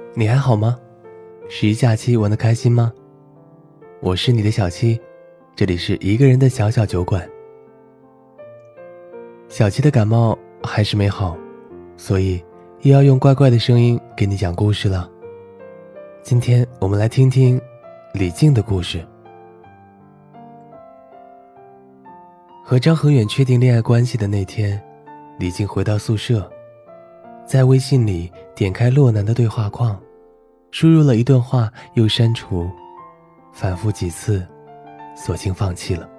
你还好吗？十一假期玩得开心吗？我是你的小七，这里是一个人的小小酒馆。小七的感冒还是没好，所以又要用怪怪的声音给你讲故事了。今天我们来听听李静的故事。和张恒远确定恋爱关系的那天，李静回到宿舍，在微信里点开洛南的对话框，输入了一段话又删除，反复几次，索性放弃了。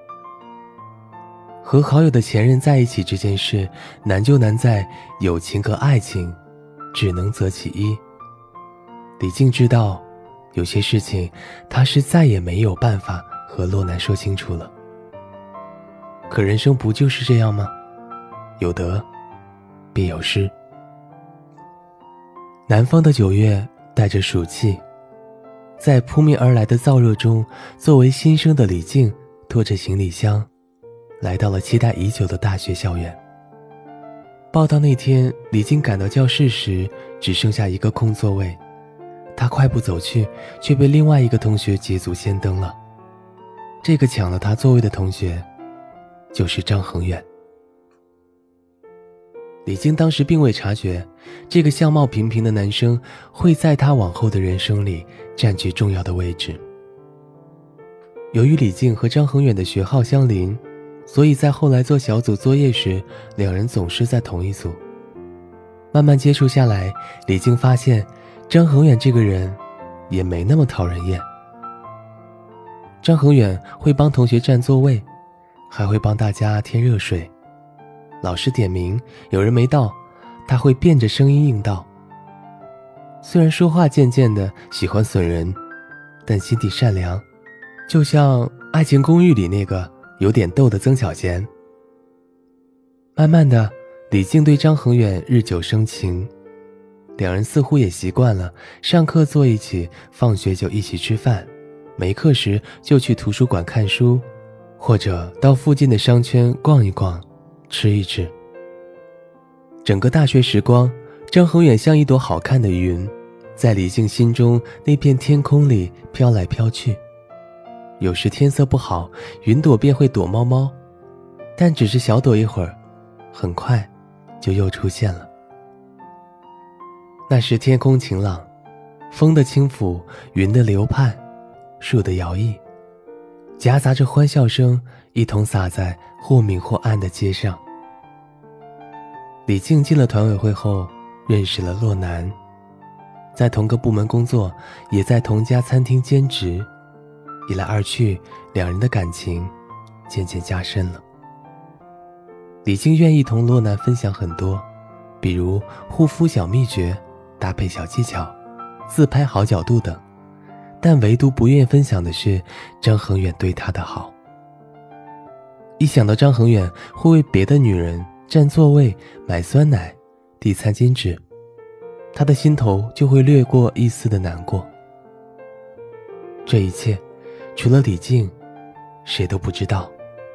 和好友的前任在一起这件事，难就难在友情和爱情只能择其一。李静知道，有些事情她是再也没有办法和洛南说清楚了。可人生不就是这样吗？有得必有失。南方的9月带着暑气，在扑面而来的燥热中，作为新生的李静拖着行李箱来到了期待已久的大学校园。报到那天，李静赶到教室时只剩下一个空座位，她快步走去，却被另外一个同学捷足先登了。这个抢了她座位的同学就是张恒远。李静当时并未察觉，这个相貌平平的男生会在他往后的人生里占据重要的位置。由于李静和张恒远的学号相邻，所以在后来做小组作业时，两人总是在同一组。慢慢接触下来，李静发现张恒远这个人也没那么讨人厌。张恒远会帮同学占座位，还会帮大家添热水，老师点名有人没到，他会变着声音应道。虽然说话渐渐的喜欢损人，但心地善良，就像《爱情公寓》里那个有点逗的曾小贤。慢慢的，李静对张恒远日久生情，两人似乎也习惯了上课坐一起，放学就一起吃饭，没课时就去图书馆看书，或者到附近的商圈逛一逛，吃一吃。整个大学时光，张恒远像一朵好看的云，在李静心中那片天空里飘来飘去。有时天色不好，云朵便会躲猫猫，但只是小躲一会儿，很快就又出现了。那时天空晴朗，风的轻抚，云的流盼，树的摇曳，夹杂着欢笑声，一同洒在或明或暗的街上。李静进了团委会后，认识了洛南，在同个部门工作，也在同家餐厅兼职，一来二去，两人的感情渐渐加深了。李静愿意同洛南分享很多，比如护肤小秘诀、搭配小技巧、自拍好角度等，但唯独不愿分享的是张恒远对她的好。一想到张恒远会为别的女人占座位、买酸奶、递餐巾纸，他的心头就会掠过一丝的难过。这一切除了李静，谁都不知道。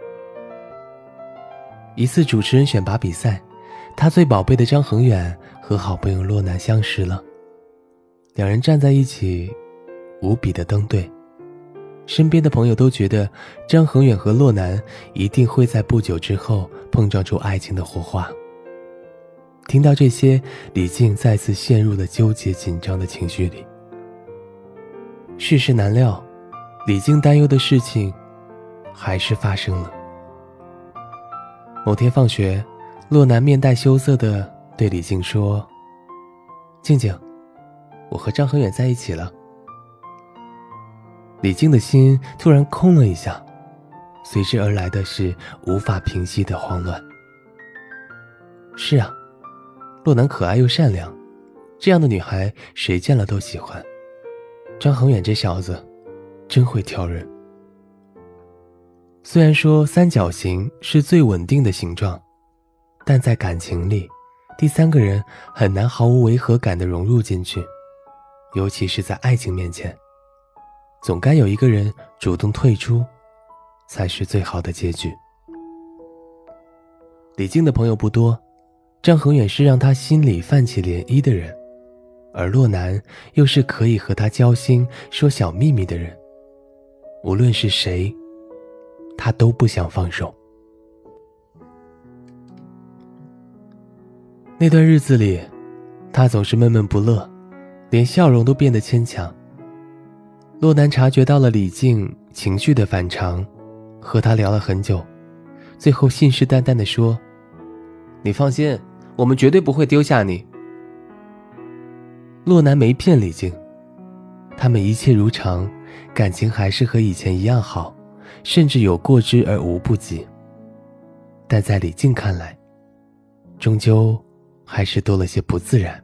一次主持人选拔比赛，他最宝贝的张恒远和好朋友洛南相识了，两人站在一起无比的登对。身边的朋友都觉得张恒远和洛南一定会在不久之后碰撞出爱情的火花。听到这些，李静再次陷入了纠结紧张的情绪里。世事难料，李静担忧的事情还是发生了。某天放学，洛南面带羞涩地对李静说：“静静，我和张恒远在一起了。”李静的心突然空了一下，随之而来的是无法平息的慌乱。是啊，洛南可爱又善良，这样的女孩谁见了都喜欢。张恒远这小子真会挑人。虽然说三角形是最稳定的形状，但在感情里，第三个人很难毫无违和感地融入进去，尤其是在爱情面前，总该有一个人主动退出，才是最好的结局。李静的朋友不多，张恒远是让他心里泛起涟漪的人， 而洛南又是可以和他交心说小秘密的人，无论是谁，他都不想放手。那段日子里，他总是闷闷不乐，连笑容都变得牵强。洛南察觉到了李靖情绪的反常，和他聊了很久，最后信誓旦旦地说：你放心，我们绝对不会丢下你。洛南没骗李靖，他们一切如常，感情还是和以前一样好，甚至有过之而无不及。但在李靖看来，终究还是多了些不自然。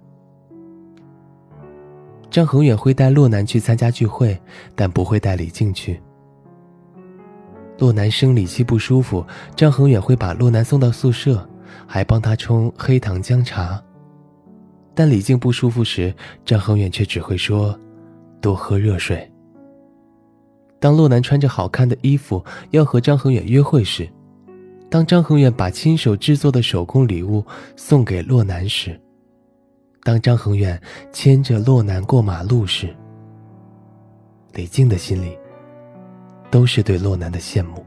张恒远会带洛南去参加聚会，但不会带李靖去。洛南生理期不舒服，张恒远会把洛南送到宿舍，还帮他冲黑糖姜茶。但李靖不舒服时，张恒远却只会说多喝热水。当洛南穿着好看的衣服要和张恒远约会时，当张恒远把亲手制作的手工礼物送给洛南时，当张恒远牵着洛南过马路时，李靖的心里都是对洛南的羡慕。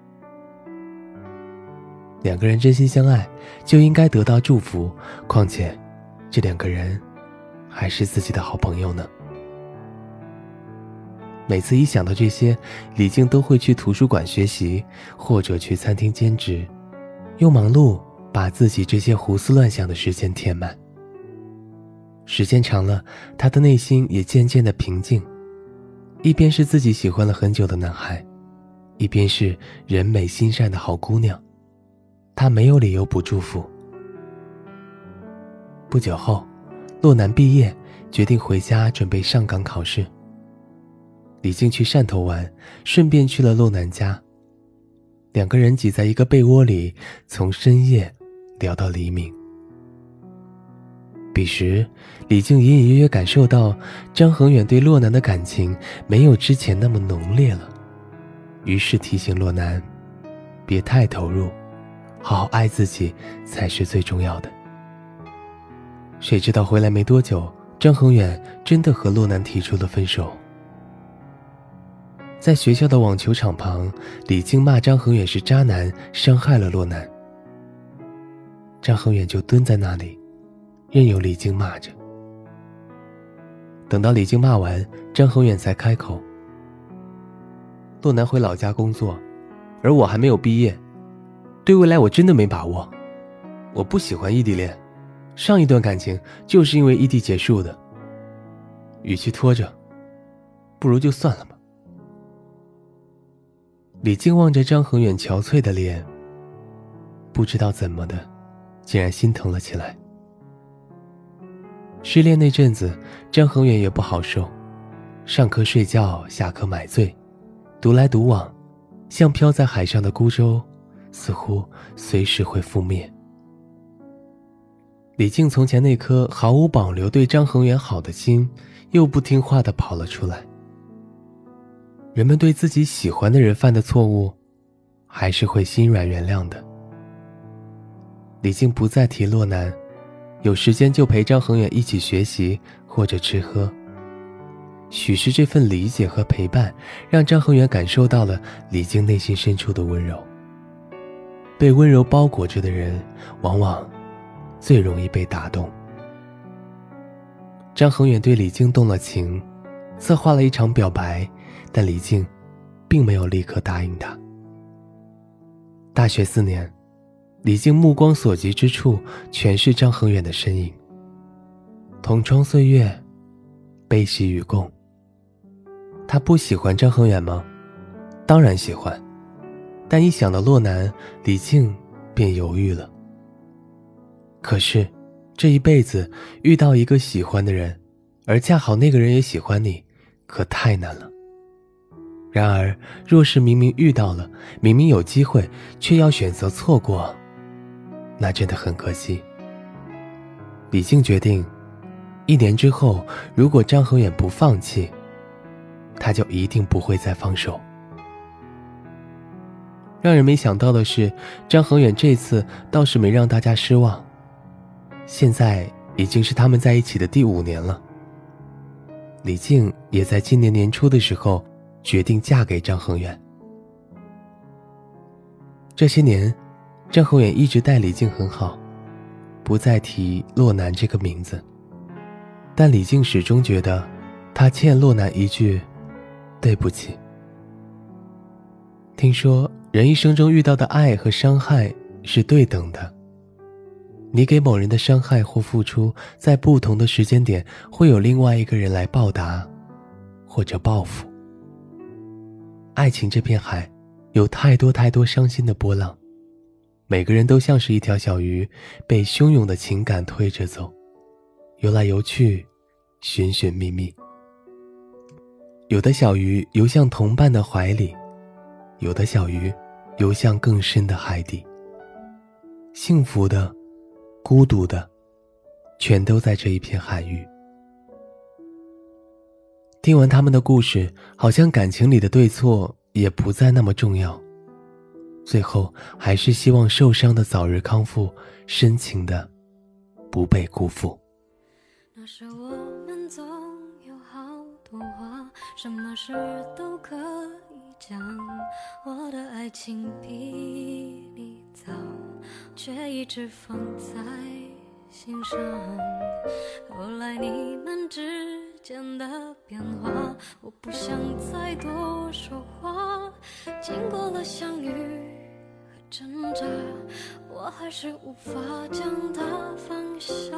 两个人真心相爱，就应该得到祝福，况且这两个人还是自己的好朋友呢。每次一想到这些，李靖都会去图书馆学习，或者去餐厅兼职，用忙碌把自己这些胡思乱想的时间填满。时间长了，他的内心也渐渐的平静，一边是自己喜欢了很久的男孩，一边是人美心善的好姑娘，他没有理由不祝福。不久后，洛南毕业，决定回家准备上岗考试。李靖去汕头玩，顺便去了洛南家。两个人挤在一个被窝里，从深夜聊到黎明。彼时，李靖隐隐约约感受到张恒远对洛南的感情没有之前那么浓烈了，于是提醒洛南别太投入，好好爱自己才是最重要的。谁知道回来没多久，张恒远真的和洛南提出了分手。在学校的网球场旁，李靖骂张恒远是渣男，伤害了洛南。张恒远就蹲在那里，任由李靖骂着。等到李靖骂完，张恒远才开口：洛南回老家工作，而我还没有毕业，对未来我真的没把握。我不喜欢异地恋，上一段感情就是因为异地结束的，与其拖着，不如就算了吧。李靖望着张恒远憔悴的脸，不知道怎么的，竟然心疼了起来。失恋那阵子，张恒远也不好受，上课睡觉，下课买醉，独来独往，像飘在海上的孤舟，似乎随时会覆灭。李靖从前那颗毫无保留对张恒远好的心，又不听话地跑了出来。人们对自己喜欢的人犯的错误，还是会心软原谅的。李靖不再提洛南，有时间就陪张恒远一起学习或者吃喝。许是这份理解和陪伴，让张恒远感受到了李靖内心深处的温柔。被温柔包裹着的人，往往最容易被打动。张恒远对李靖动了情，策划了一场表白，但李靖并没有立刻答应他。大学4年，李靖目光所及之处全是张恒远的身影。同窗岁月，悲喜与共。他不喜欢张恒远吗？当然喜欢，但一想到洛南，李靖便犹豫了。可是这一辈子遇到一个喜欢的人，而恰好那个人也喜欢你，可太难了。然而若是明明遇到了，明明有机会，却要选择错过，那真的很可惜。李靖决定1年之后，如果张恒远不放弃，他就一定不会再放手。让人没想到的是，张恒远这次倒是没让大家失望。现在已经是他们在一起的第5年了。 李静也在今年年初的时候决定嫁给张恒远。这些年，张恒远一直待李静很好，不再提洛南这个名字，但李静始终觉得他欠洛南一句对不起。听说人一生中遇到的爱和伤害是对等的，你给某人的伤害或付出，在不同的时间点会有另外一个人来报答或者报复。爱情这片海有太多太多伤心的波浪，每个人都像是一条小鱼，被汹涌的情感推着走，游来游去，寻寻觅觅。有的小鱼游向同伴的怀里，有的小鱼游向更深的海底。幸福的，孤独的，全都在这一片海域。听完他们的故事，好像感情里的对错也不再那么重要，最后还是希望受伤的早日康复，深情的不被辜负。 那时我们总有好多话，什么事都可以讲，我的爱情比你早，却一直放在心上。后来你们之间的变化，我不想再多说话，经过了相遇和挣扎，我还是无法将它放下。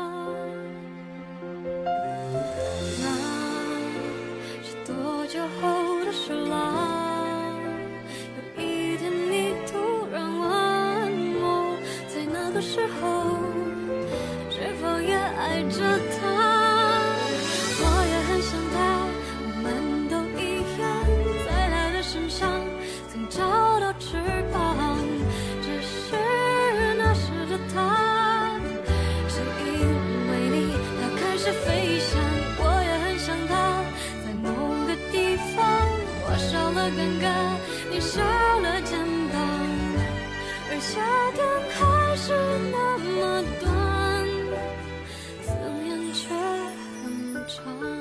那是多久后的事啦，有一天你突然问我，在那个时候是否也爱着他。我也很想他，我们都一样，在他的身上曾找到翅膀，只是那时的他是因为你他开始飞翔。我也很想他，在某个地方我少了尴尬，你少了肩膀，而夏天还是那么短，思念却很长。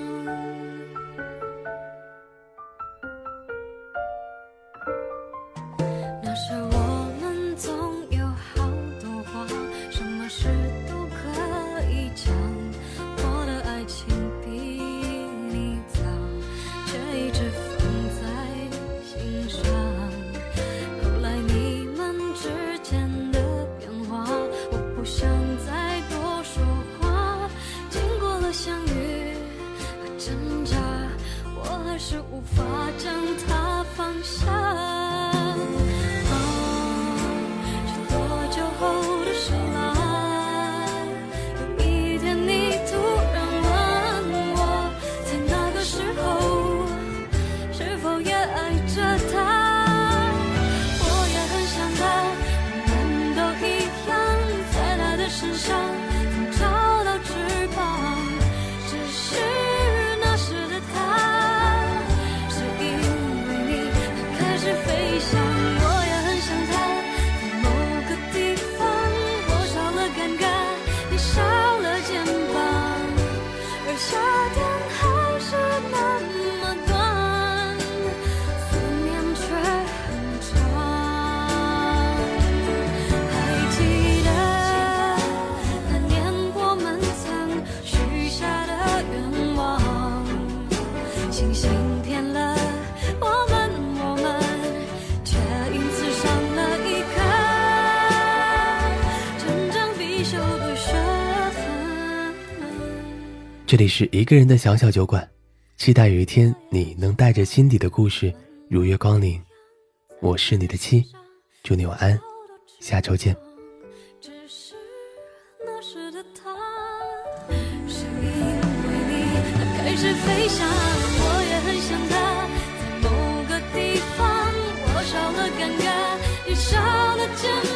那时我们总有好多话，什么事都可以讲，我的爱情比你早，却一直放在心上。后来你们之间的变化，我不想再多说话，经过了相遇和挣扎，我还是无法将它放下。是多久后的事啦，有一天你突然问我，在那个时候是否也爱着他。我也很想他，我们都一样，在他的身上曾找到翅膀，只是那时的他是因为你他开始飞翔。我也很想他，在某个地方我少了尴尬，你少了肩膀，而夏天还是那么短，思念却很长。还记得那年我们曾许下的愿望，星星骗了我们却因此上了一课成长必修的学分。 这里是一个人的小小酒馆，期待有一天你能带着心底的故事如约光临。我是你的七，祝你晚安，下周见。 只是那时的他是因为你他开始飞翔。我也很想他，在某个地方我少了尴尬，你少了肩